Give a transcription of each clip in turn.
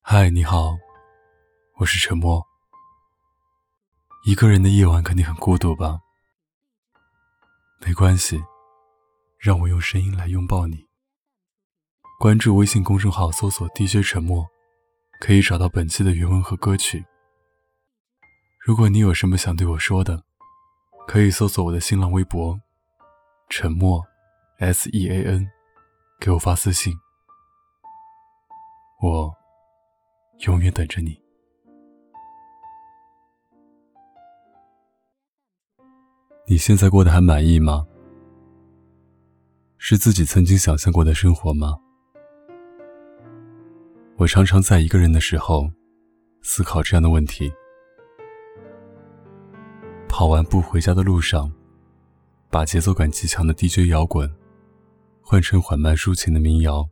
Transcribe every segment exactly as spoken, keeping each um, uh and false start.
嗨，你好，我是沉默。一个人的夜晚肯定很孤独吧？没关系，让我用声音来拥抱你。关注微信公众号搜索 D J 沉默，可以找到本期的原文和歌曲。如果你有什么想对我说的，可以搜索我的新浪微博沉默 S E A N 给我发私信，我永远等着你。你现在过得还满意吗？是自己曾经想象过的生活吗？我常常在一个人的时候思考这样的问题。跑完步回家的路上，把节奏感极强的 D J 摇滚换成缓慢抒情的民谣，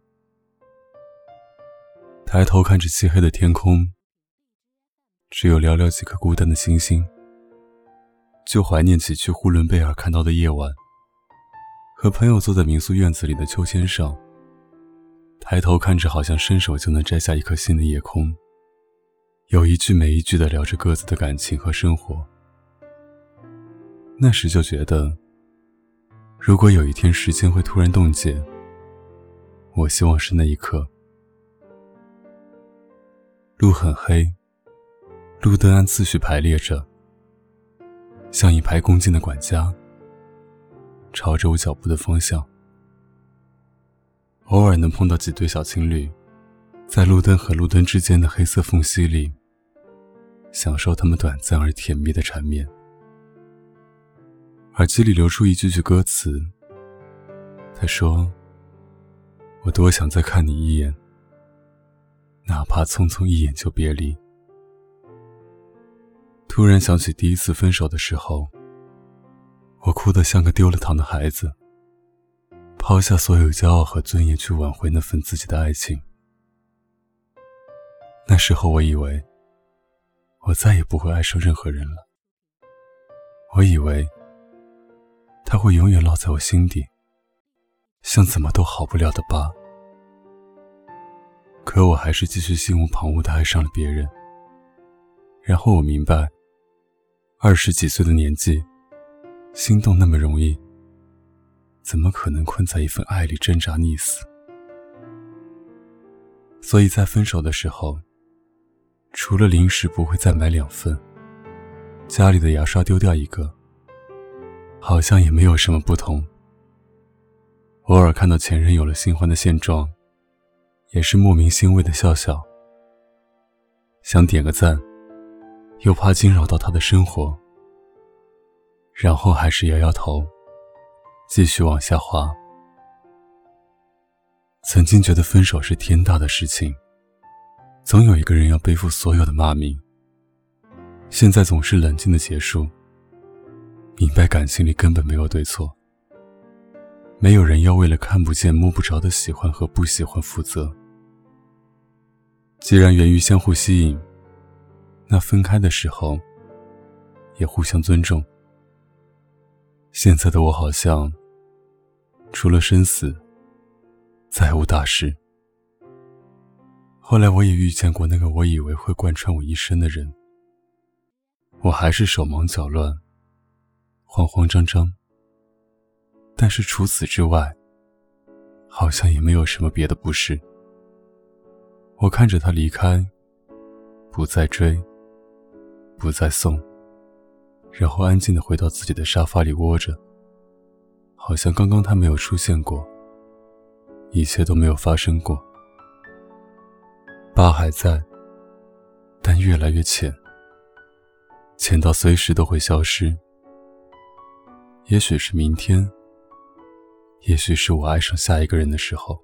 抬头看着漆黑的天空，只有寥寥几颗孤单的星星，就怀念起去呼伦贝尔看到的夜晚，和朋友坐在民宿院子里的秋千上，抬头看着好像伸手就能摘下一颗心的夜空，有一句没一句地聊着各自的感情和生活。那时就觉得，如果有一天时间会突然冻结，我希望是那一刻。路很黑，路灯按次序排列着，像一排恭敬的管家，朝着我脚步的方向。偶尔能碰到几对小情侣，在路灯和路灯之间的黑色缝隙里，享受他们短暂而甜蜜的缠绵。耳机里流出一句句歌词，他说，我多想再看你一眼，哪怕匆匆一眼就别离。突然想起第一次分手的时候，我哭得像个丢了糖的孩子，抛下所有骄傲和尊严去挽回那份自己的爱情。那时候我以为我再也不会爱上任何人了，我以为他会永远烙在我心底，像怎么都好不了的疤。可我还是继续心无旁骛地爱上了别人。然后我明白，二十几岁的年纪，心动那么容易，怎么可能困在一份爱里挣扎溺死？所以在分手的时候，除了零食不会再买两份，家里的牙刷丢掉一个，好像也没有什么不同。偶尔看到前任有了新欢的现状，也是莫名欣慰的笑笑，想点个赞，又怕惊扰到他的生活，然后还是摇摇头，继续往下滑。曾经觉得分手是天大的事情，总有一个人要背负所有的骂名，现在总是冷静的结束，明白感情里根本没有对错，没有人要为了看不见摸不着的喜欢和不喜欢负责。既然源于相互吸引，那分开的时候也互相尊重。现在的我好像除了生死再无大事。后来我也遇见过那个我以为会贯穿我一生的人，我还是手忙脚乱，慌慌张张，但是除此之外，好像也没有什么别的不是。我看着他离开，不再追，不再送，然后安静地回到自己的沙发里窝着，好像刚刚他没有出现过，一切都没有发生过。疤还在，但越来越浅，浅到随时都会消失。也许是明天，也许是我爱上下一个人的时候。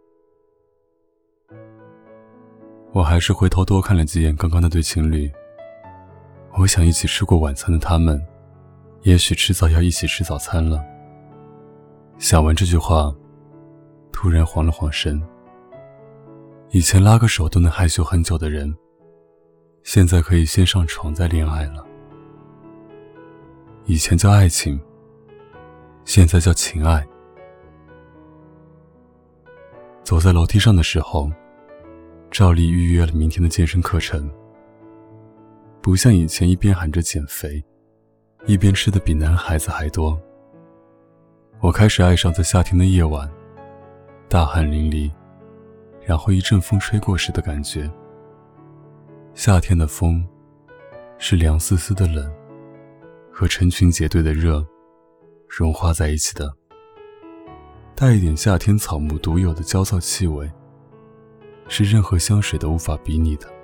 我还是回头多看了几眼刚刚那对情侣，我想一起吃过晚餐的他们，也许迟早要一起吃早餐了。想完这句话，突然晃了晃神。以前拉个手都能害羞很久的人，现在可以先上床再恋爱了。以前叫爱情，现在叫情爱。走在楼梯上的时候， 照例预约了明天的健身课程。不像以前一边喊着减肥，一边吃的比男孩子还多。我开始爱上在夏天的夜晚，大汗淋漓，然后一阵风吹过时的感觉。夏天的风是凉丝丝的冷和成群结队的热融化在一起的，带一点夏天草木独有的焦躁气味，是任何香水都无法比拟的。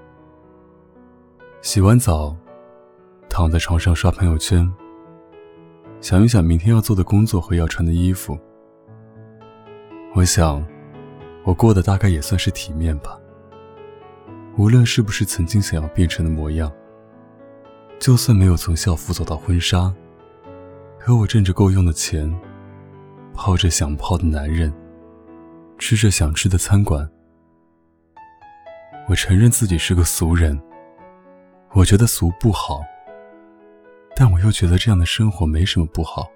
洗完澡，躺在床上刷朋友圈，想一想明天要做的工作和要穿的衣服。我想我过得大概也算是体面吧，无论是不是曾经想要变成的模样，就算没有从校服走到婚纱，可我挣着够用的钱，泡着想泡的男人，吃着想吃的餐馆。我承认自己是个俗人，我觉得俗不好，但我又觉得这样的生活没什么不好。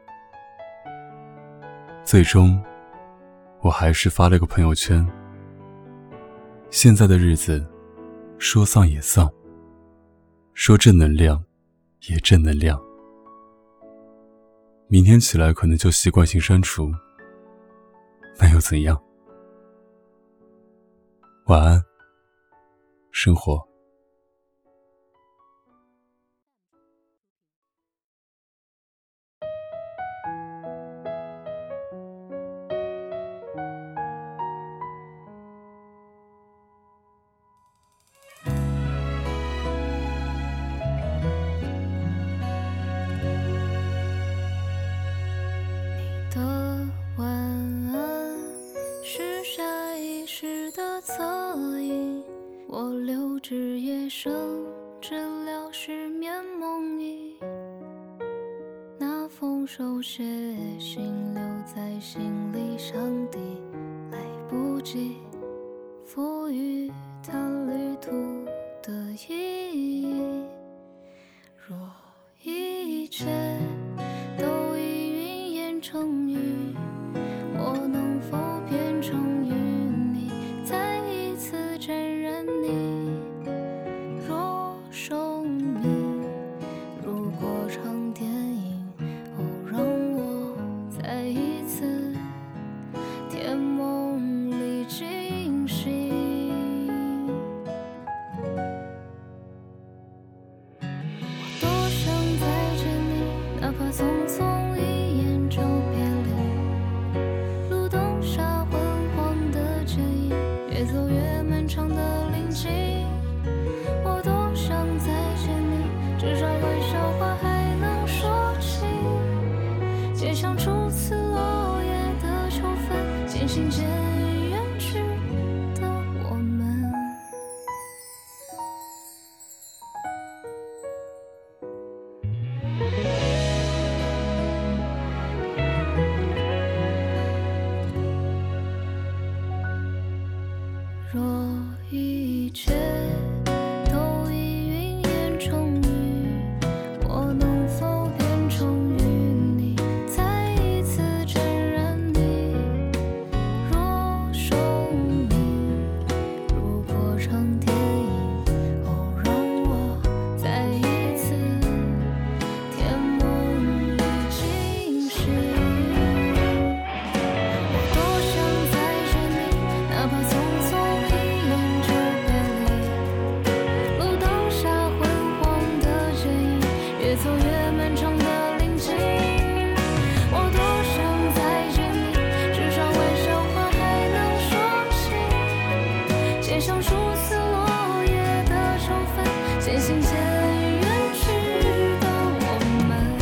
最终我还是发了个朋友圈，现在的日子说丧也丧，说正能量也正能量。明天起来可能就习惯性删除，那又怎样？晚安，生活。 我留至夜深，治疗失眠梦呓。那封手写信留在心里，上帝来不及赋予它旅途的意义。若一切都已云烟成雨，我能否变成与你再一次沾染你？若生命如过场电影，哦，让我再一次甜梦里惊醒。我多想再见你，哪怕匆匆一眼就别离。路灯下昏黄的剪影，越走越漫长的林径。我多想再见你，至少玩笑话还能说起。街上初次落叶的秋分，渐行渐远去的我们。若一切都已云烟成雨，我能否变成与你再一次沾染你？若生命如过场电影，哦，让我再一次甜梦里惊醒。我多想再见你，哪怕匆匆一眼就别离。路灯下昏黄的剪影，越走越漫长的林径。我多想再见你，至少玩笑话还能说起。街上初次落叶的秋分，渐行渐远去的我们。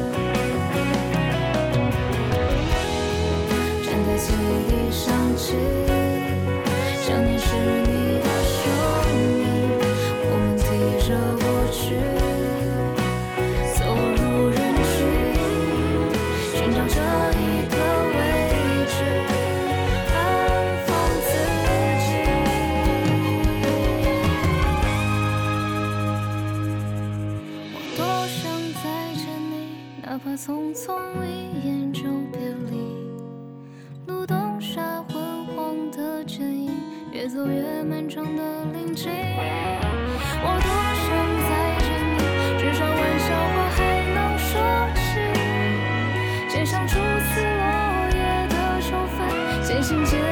站在记忆里想起，想念是你的声音。我们提着过去，走入人群，寻找这一个位置，安放自己。我多想再见你，哪怕匆匆一眼就别离。路灯下昏黄的剪影，越走越漫长去落叶的秋分，渐行渐